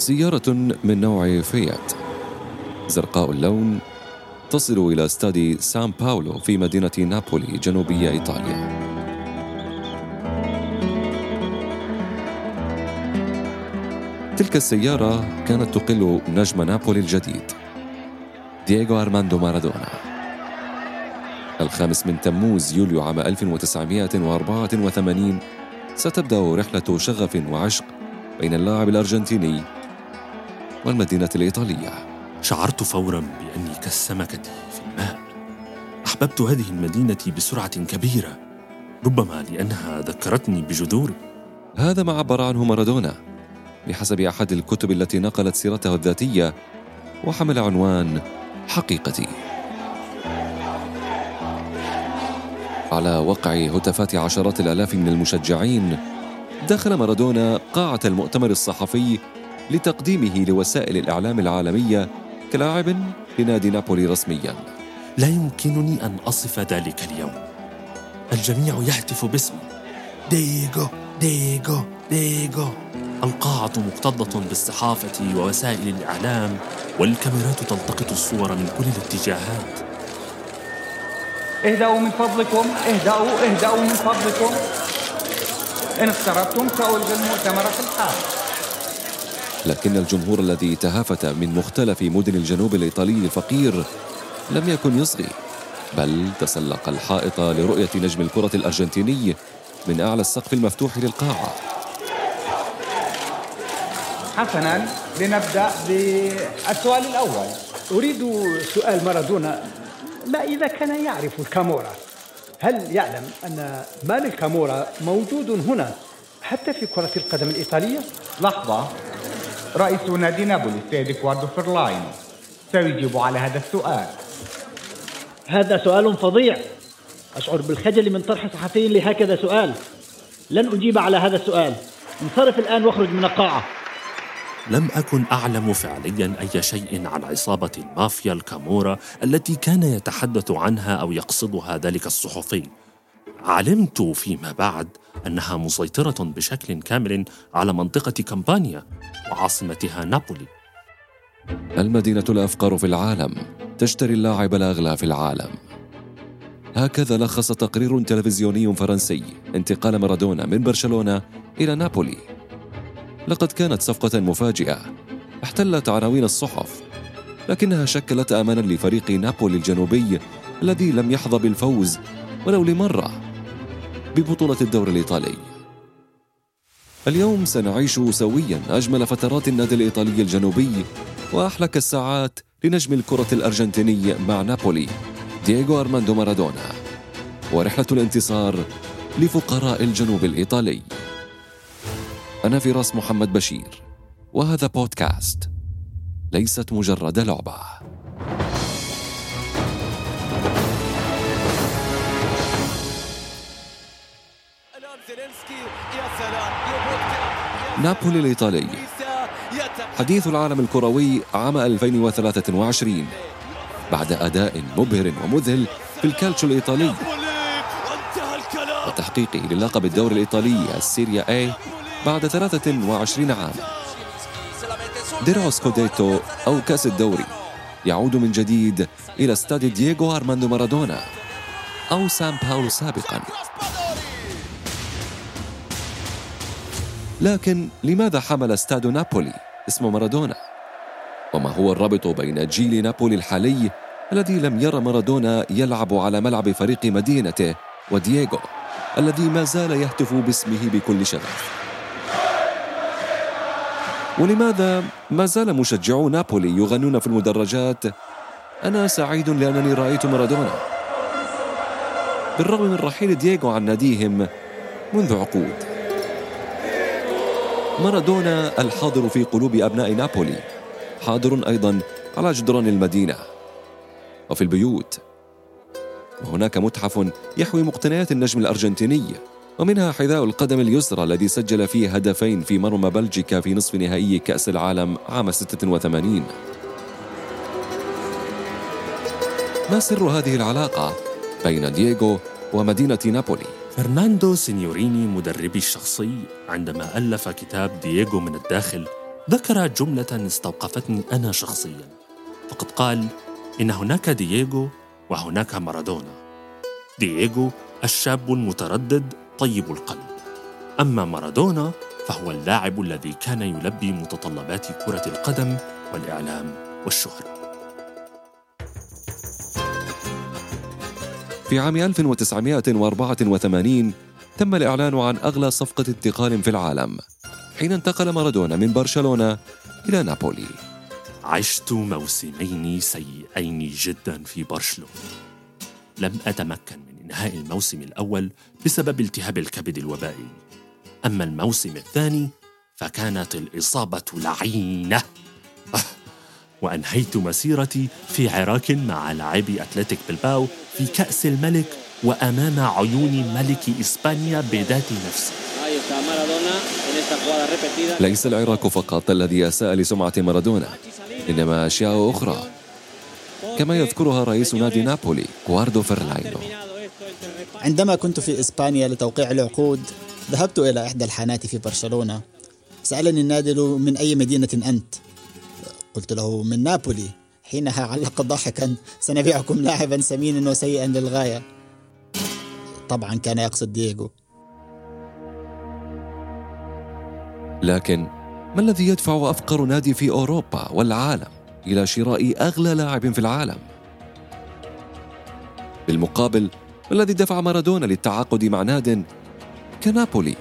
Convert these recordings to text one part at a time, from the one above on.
سيارة من نوع فيات زرقاء اللون تصل إلى استاد سان باولو في مدينة نابولي جنوبية إيطاليا. تلك السيارة كانت تقل نجم نابولي الجديد دييغو أرماندو مارادونا. 5 تموز يوليو عام 1984 ستبدأ رحلة شغف وعشق بين اللاعب الأرجنتيني والمدينة الإيطالية. شعرت فوراً بأني كالسمكة في الماء. أحببت هذه المدينة بسرعة كبيرة، ربما لأنها ذكرتني بجذوري. هذا ما عبر عنه مارادونا بحسب أحد الكتب التي نقلت سيرته الذاتية، وحمل عنوان حقيقتي. على وقع هتافات عشرات الآلاف من المشجعين، دخل مارادونا قاعة المؤتمر الصحفي لتقديمه لوسائل الإعلام العالمية كلاعب لنادي نابولي رسمياً. لا يمكنني أن أصف ذلك اليوم. الجميع يهتف باسمي، دييغو دييغو دييغو. القاعة مكتظة بالصحافة ووسائل الإعلام، والكاميرات تلتقط الصور من كل الاتجاهات. اهدأوا من فضلكم، اهدأوا من فضلكم. إن اقتربتم سألغي المؤتمر في الحال. لكن الجمهور الذي تهافت من مختلف مدن الجنوب الإيطالي الفقير لم يكن يصغي، بل تسلق الحائط لرؤية نجم الكرة الأرجنتيني من أعلى السقف المفتوح للقاعة. حسناً، لنبدأ بالسؤال الأول. أريد سؤال مارادونا: ما إذا كان يعرف الكامورا؟ هل يعلم أن مال الكامورا موجود هنا حتى في كرة القدم الإيطالية؟ لحظة، رئيس نادي نابولي السيد إكواردو فيرلاينو سيجيب على هذا السؤال. هذا سؤال فظيع. أشعر بالخجل من طرح صحفي لهكذا سؤال. لن أجيب على هذا السؤال. انصرف الآن واخرج من القاعة. لم أكن أعلم فعلياً أي شيء عن عصابة المافيا الكامورا التي كان يتحدث عنها أو يقصدها ذلك الصحفي. علمت فيما بعد أنها مسيطرة بشكل كامل على منطقة كامبانيا وعاصمتها نابولي. المدينة الأفقر في العالم تشتري اللاعب الأغلى في العالم. هكذا لخص تقرير تلفزيوني فرنسي انتقال مارادونا من برشلونة إلى نابولي. لقد كانت صفقة مفاجئة احتلت عناوين الصحف، لكنها شكلت أمانا لفريق نابولي الجنوبي الذي لم يحظى بالفوز ولو لمرة ببطولة الدوري الإيطالي. اليوم سنعيش سويا أجمل فترات النادي الإيطالي الجنوبي وأحلك الساعات لنجم الكرة الأرجنتيني مع نابولي دييغو أرماندو مارادونا، ورحلة الانتصار لفقراء الجنوب الإيطالي. أنا فراس محمد بشير، وهذا بودكاست ليست مجرد لعبة. نابولي الإيطالي، حديث العالم الكروي عام 2023 بعد أداء مبهر ومذهل في الكالتشو الإيطالي وتحقيقه للقب الدوري الإيطالي السيريا A بعد 23 عام. ديرو سكوديتو أو كأس الدوري يعود من جديد إلى استاد دييغو أرماندو مارادونا أو سان باولو سابقا. لكن لماذا حمل استاد نابولي اسم مارادونا؟ وما هو الرابط بين جيل نابولي الحالي الذي لم يرى مارادونا يلعب على ملعب فريق مدينته ودييغو الذي ما زال يهتف باسمه بكل شغف؟ ولماذا ما زال مشجعو نابولي يغنون في المدرجات أنا سعيد لأنني رأيت مارادونا، بالرغم من رحيل دييغو عن ناديهم منذ عقود؟ مارادونا الحاضر في قلوب أبناء نابولي حاضر أيضا على جدران المدينة وفي البيوت. وهناك متحف يحوي مقتنيات النجم الأرجنتيني، ومنها حذاء القدم اليسرى الذي سجل فيه هدفين في مرمى بلجيكا في نصف نهائي كأس العالم عام 86. ما سر هذه العلاقة بين دييغو ومدينة نابولي؟ فرناندو سينيوريني مدربي الشخصي عندما ألف كتاب دييغو من الداخل ذكر جملة استوقفتني أنا شخصياً، فقد قال إن هناك دييغو وهناك مارادونا. دييغو الشاب المتردد طيب القلب، أما مارادونا فهو اللاعب الذي كان يلبي متطلبات كرة القدم والإعلام والشهرة. في عام 1984 تم الإعلان عن أغلى صفقة انتقال في العالم، حين انتقل مارادونا من برشلونة إلى نابولي. عشت موسمين سيئين جدا في برشلونة. لم أتمكن من إنهاء الموسم الأول بسبب التهاب الكبد الوبائي، أما الموسم الثاني فكانت الإصابة لعينة. وأنهيت مسيرتي في عراك مع لاعبي أتلتيك بلباو في كأس الملك وأمام عيون ملك إسبانيا بذات نفسه. ليس العراق فقط الذي أساء لسمعة مارادونا، إنما أشياء أخرى كما يذكرها رئيس نادي نابولي غواردو فيرلاينو. عندما كنت في إسبانيا لتوقيع العقود، ذهبت إلى إحدى الحانات في برشلونة. سألني النادل: من أي مدينة أنت؟ قلت له: من نابولي. حينها علق ضاحكا: سنبيعكم لاعبا سمينا وسيئا للغاية. طبعا كان يقصد دييغو. لكن ما الذي يدفع أفقر نادي في أوروبا والعالم إلى شراء أغلى لاعب في العالم؟ بالمقابل، ما الذي دفع مارادونا للتعاقد مع ناد كنابولي؟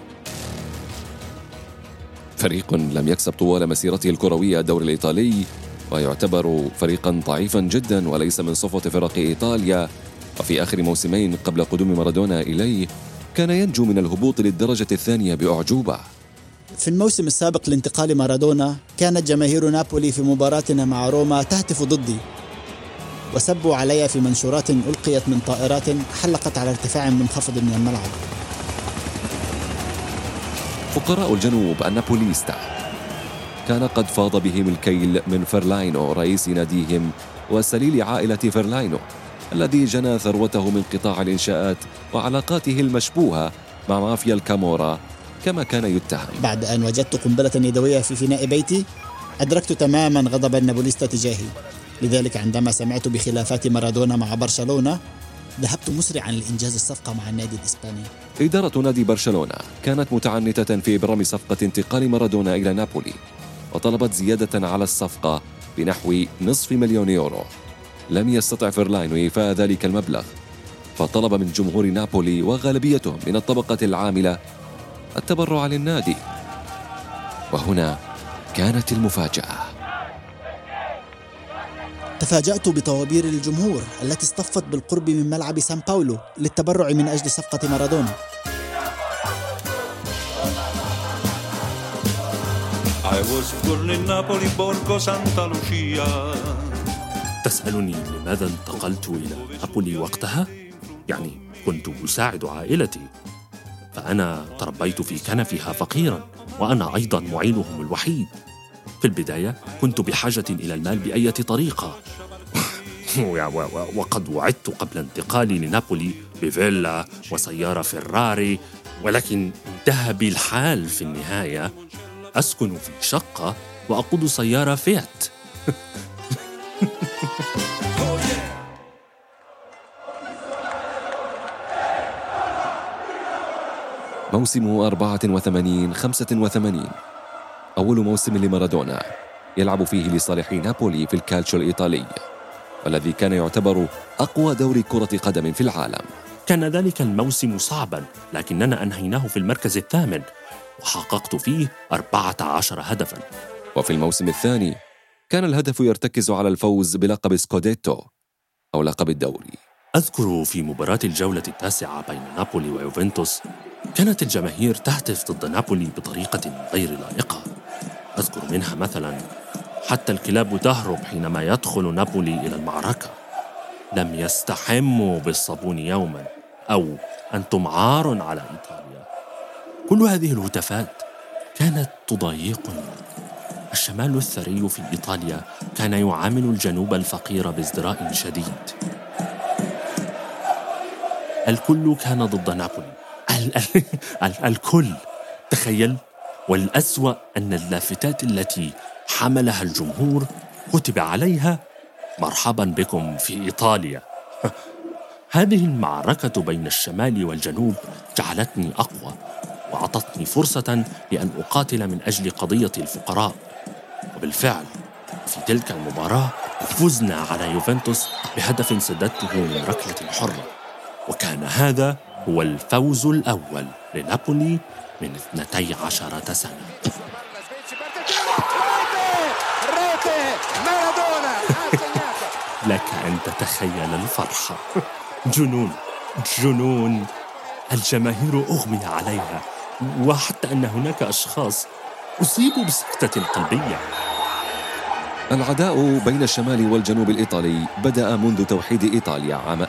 فريق لم يكسب طوال مسيرته الكروية الدوري الإيطالي، ويعتبر فريقا ضعيفا جدا وليس من صفوة فرق إيطاليا، وفي آخر موسمين قبل قدوم مارادونا إليه كان ينجو من الهبوط للدرجة الثانية بأعجوبة. في الموسم السابق لانتقال مارادونا كانت جماهير نابولي في مباراتنا مع روما تهتف ضدي، وسبوا علي في منشورات ألقيت من طائرات حلقت على ارتفاع منخفض من الملعب. فقراء الجنوب النابوليستا كان قد فاض بهم الكيل من فيرلاينو رئيس ناديهم وسليل عائلة فيرلاينو الذي جنى ثروته من قطاع الإنشاءات وعلاقاته المشبوهة مع مافيا الكامورا كما كان يتهم. بعد أن وجدت قنبلة يدوية في فناء بيتي، أدركت تماما غضب النابوليستا تجاهي. لذلك عندما سمعت بخلافات مارادونا مع برشلونة، ذهبت مسرعا لإنجاز الصفقة مع النادي الإسباني. إدارة نادي برشلونة كانت متعنتة في إبرام صفقة انتقال مارادونا إلى نابولي، وطلبت زيادة على الصفقة بنحو $500,000 يورو. لم يستطع فيرلاينو إيفاء ذلك المبلغ، فطلب من جمهور نابولي وغالبيتهم من الطبقة العاملة التبرع للنادي. وهنا كانت المفاجأة. تفاجأت بطوابير الجمهور التي اصطفت بالقرب من ملعب سان باولو للتبرع من أجل صفقة مارادونا. تسألني لماذا انتقلت إلى نابولي وقتها؟ يعني كنت أساعد عائلتي، فأنا تربيت في كنفها فقيرا، وأنا أيضا معينهم الوحيد. في البداية كنت بحاجة إلى المال بأي طريقة، وقد وعدت قبل انتقالي لنابولي بفيلا وسيارة فيراري، ولكن انتهى بالحال في النهاية. أسكن في شقة وأقود سيارة فيات. موسم 84-85 أول موسم لمارادونا يلعب فيه لصالح نابولي في الكالتشو الإيطالي، والذي كان يعتبر أقوى دوري كرة قدم في العالم. كان ذلك الموسم صعبا، لكننا أنهيناه في المركز الثامن وحققت فيه 14 هدفا. وفي الموسم الثاني كان الهدف يرتكز على الفوز بلقب سكوديتو أو لقب الدوري. أذكر في مباراة الجولة التاسعة بين نابولي ويوفنتوس كانت الجماهير تهتف ضد نابولي بطريقة غير لائقة. أذكر منها مثلا: حتى الكلاب تهرب حينما يدخل نابولي إلى المعركة، لم يستحموا بالصابون يوما، أو أنتم عار على إيطاليا. كل هذه الهتافات كانت تضايقني. الشمال الثري في إيطاليا كان يعامل الجنوب الفقير بازدراء شديد. الكل كان ضد نابولي، الكل. تخيل، والأسوأ أن اللافتات التي حملها الجمهور كتب عليها مرحبا بكم في إيطاليا. هذه المعركة بين الشمال والجنوب جعلتني أقوى وأعطتني فرصة لأن أقاتل من أجل قضية الفقراء. وبالفعل في تلك المباراة فزنا على يوفنتوس بهدف سددته من ركلة حرة، وكان هذا هو الفوز الأول لنابولي من 12 سنة. لك أن تتخيل الفرحة. جنون. الجماهير أغمي عليها، وحتى أن هناك أشخاص أصيبوا بسكتة قلبية. العداء بين الشمال والجنوب الإيطالي بدأ منذ توحيد إيطاليا عام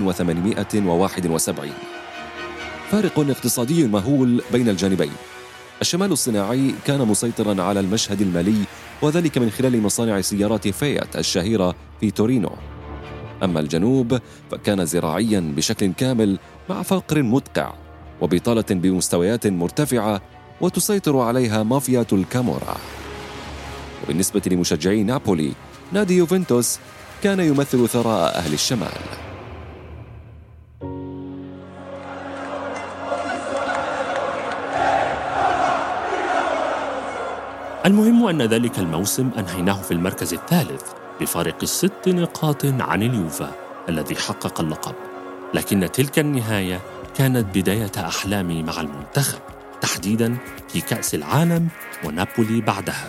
1871. فارق اقتصادي مهول بين الجانبين. الشمال الصناعي كان مسيطراً على المشهد المالي، وذلك من خلال مصانع سيارات فيات الشهيرة في تورينو. أما الجنوب فكان زراعياً بشكل كامل، مع فقر مدقع وبطالة بمستويات مرتفعة، وتسيطر عليها مافيا الكامورا. وبالنسبة لمشجعي نابولي، نادي يوفنتوس كان يمثل ثراء أهل الشمال. المهم أن ذلك الموسم أنهيناه في المركز الثالث بفارق 6 نقاط عن اليوفا الذي حقق اللقب، لكن تلك النهاية كانت بداية أحلامي مع المنتخب، تحديداً في كأس العالم ونابولي بعدها.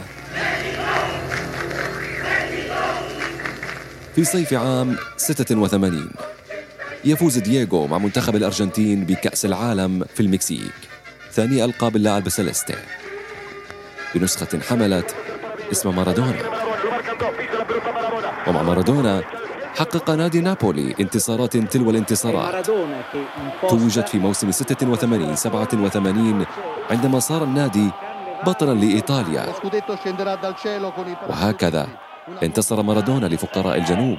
في صيف عام 86 يفوز دييغو مع منتخب الأرجنتين بكأس العالم في المكسيك، ثاني ألقاب اللاعب سيليستي، بنسخة حملت اسم مارادونا. ومع مارادونا حقق نادي نابولي انتصارات تلو الانتصارات. توجت في موسم 86-87 عندما صار النادي بطلاً لإيطاليا، وهكذا انتصر مارادونا لفقراء الجنوب.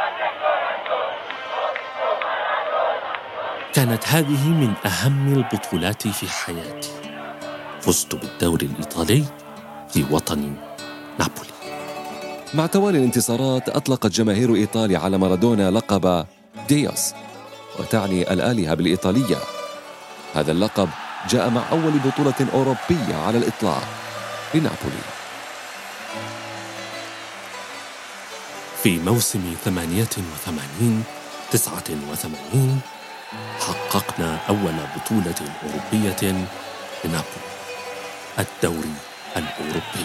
كانت هذه من أهم البطولات في حياتي. فزت بالدوري الإيطالي في وطني نابولي. مع توالي الانتصارات أطلقت جماهير إيطاليا على مارادونا لقب ديوس، وتعني الآلهة بالإيطالية. هذا اللقب جاء مع أول بطولة أوروبية على الإطلاق لنابولي. في موسم 88-89 حققنا أول بطولة أوروبية لنابولي، الدوري الأوروبي.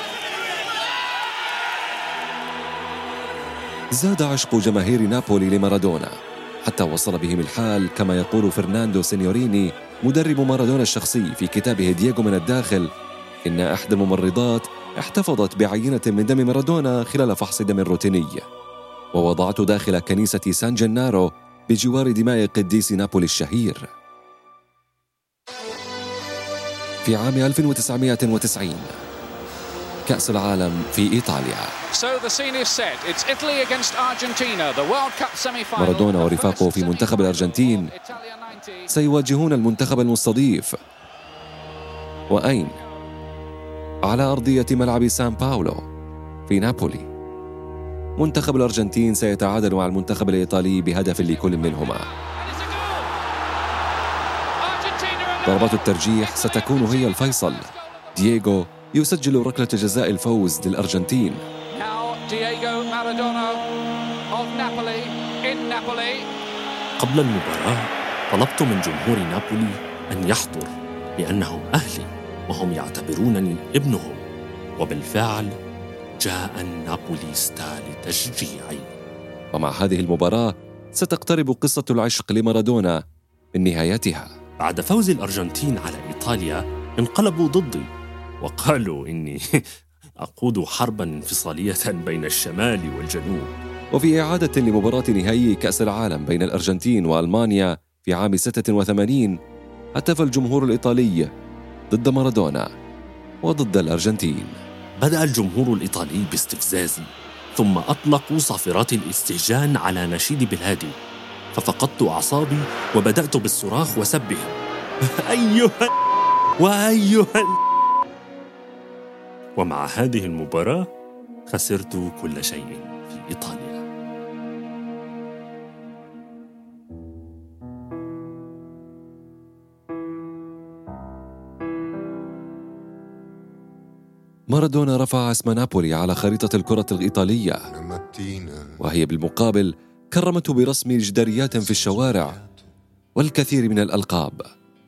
زاد عشق جماهير نابولي لمارادونا حتى وصل بهم الحال، كما يقول فرناندو سينيوريني مدرب مارادونا الشخصي في كتابه دييغو من الداخل، إن إحدى الممرضات احتفظت بعينة من دم مارادونا خلال فحص دم روتيني، ووضعته داخل كنيسة سان جنارو بجوار دماء قديس نابولي الشهير. في عام 1990 كأس العالم في إيطاليا، مارادونا ورفاقه في منتخب الأرجنتين سيواجهون المنتخب المستضيف. وأين؟ على أرضية ملعب سان باولو في نابولي. منتخب الأرجنتين سيتعادل مع المنتخب الإيطالي بهدف لكل منهما. ضربات الترجيح ستكون هي الفيصل. دييغو يسجل ركلة جزاء الفوز للأرجنتين. قبل المباراة طلبت من جمهور نابولي أن يحضر لأنهم أهلي وهم يعتبرونني ابنهم، وبالفعل جاء النابوليستا لتشجيعي. ومع هذه المباراة ستقترب قصة العشق لمارادونا من نهايتها. بعد فوز الأرجنتين على إيطاليا انقلبوا ضدي وقالوا إني أقود حرباً انفصالية بين الشمال والجنوب. وفي إعادة لمباراة نهائي كأس العالم بين الأرجنتين وألمانيا في عام 86 هتف الجمهور الإيطالي ضد مارادونا وضد الأرجنتين. بدأ الجمهور الإيطالي باستفزازي، ثم أطلقوا صافرات الاستهجان على نشيد بلادي، ففقدت أعصابي وبدأت بالصراخ وسبهم أيها ومع هذه المباراة خسرت كل شيء في إيطاليا. مارادونا رفع اسم نابولي على خريطة الكرة الإيطالية، وهي بالمقابل كرمته برسم جداريات في الشوارع والكثير من الألقاب.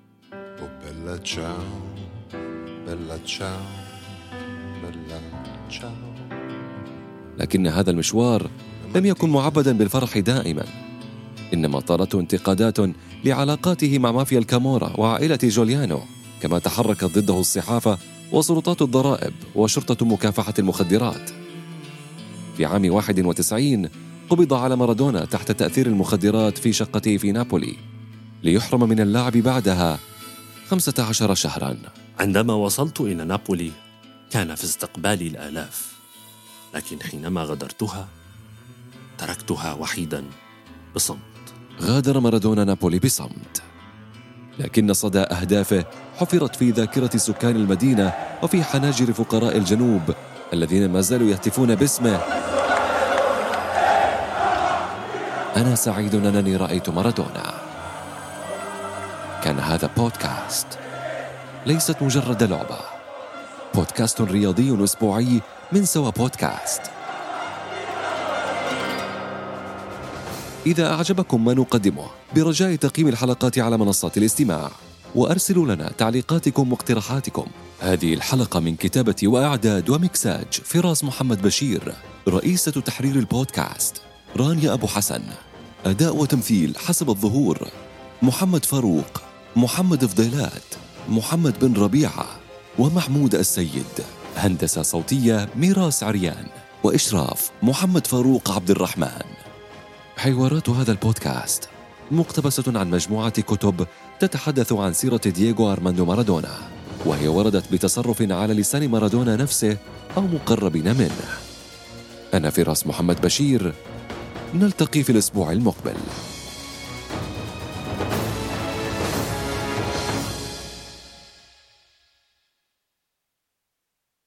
لكن هذا المشوار لم يكن معبدا بالفرح دائما، إنما طالته انتقادات لعلاقاته مع مافيا الكامورا وعائلة جوليانو، كما تحركت ضده الصحافة وسلطات الضرائب وشرطة مكافحة المخدرات. في عام 91 قبض على مارادونا تحت تأثير المخدرات في شقته في نابولي، ليحرم من اللعب بعدها 15 شهراً. عندما وصلت إلى نابولي كان في استقبالي الآلاف، لكن حينما غادرتها تركتها وحيداً بصمت. غادر مارادونا نابولي بصمت، لكن صدى أهدافه حفرت في ذاكرة سكان المدينة وفي حناجر فقراء الجنوب الذين ما زالوا يهتفون باسمه. أنا سعيد أنني رأيت مارادونا. كان هذا بودكاست، ليست مجرد لعبة، بودكاست رياضي أسبوعي من سوا بودكاست. إذا أعجبكم ما نقدمه برجاء تقييم الحلقات على منصات الاستماع، وأرسلوا لنا تعليقاتكم واقتراحاتكم. هذه الحلقة من كتابة وإعداد ومكساج فراس محمد بشير، رئيسة تحرير البودكاست رانيا أبو حسن، أداء وتمثيل حسب الظهور محمد فاروق، محمد فضيلات، محمد بن ربيعة ومحمود السيد، هندسة صوتية ميراس عريان، وإشراف محمد فاروق عبد الرحمن. حوارات هذا البودكاست مقتبسة عن مجموعة كتب تتحدث عن سيرة دييغو أرماندو مارادونا، وهي وردت بتصرف على لسان مارادونا نفسه أو مقربين منه. أنا فراس محمد بشير، نلتقي في الأسبوع المقبل.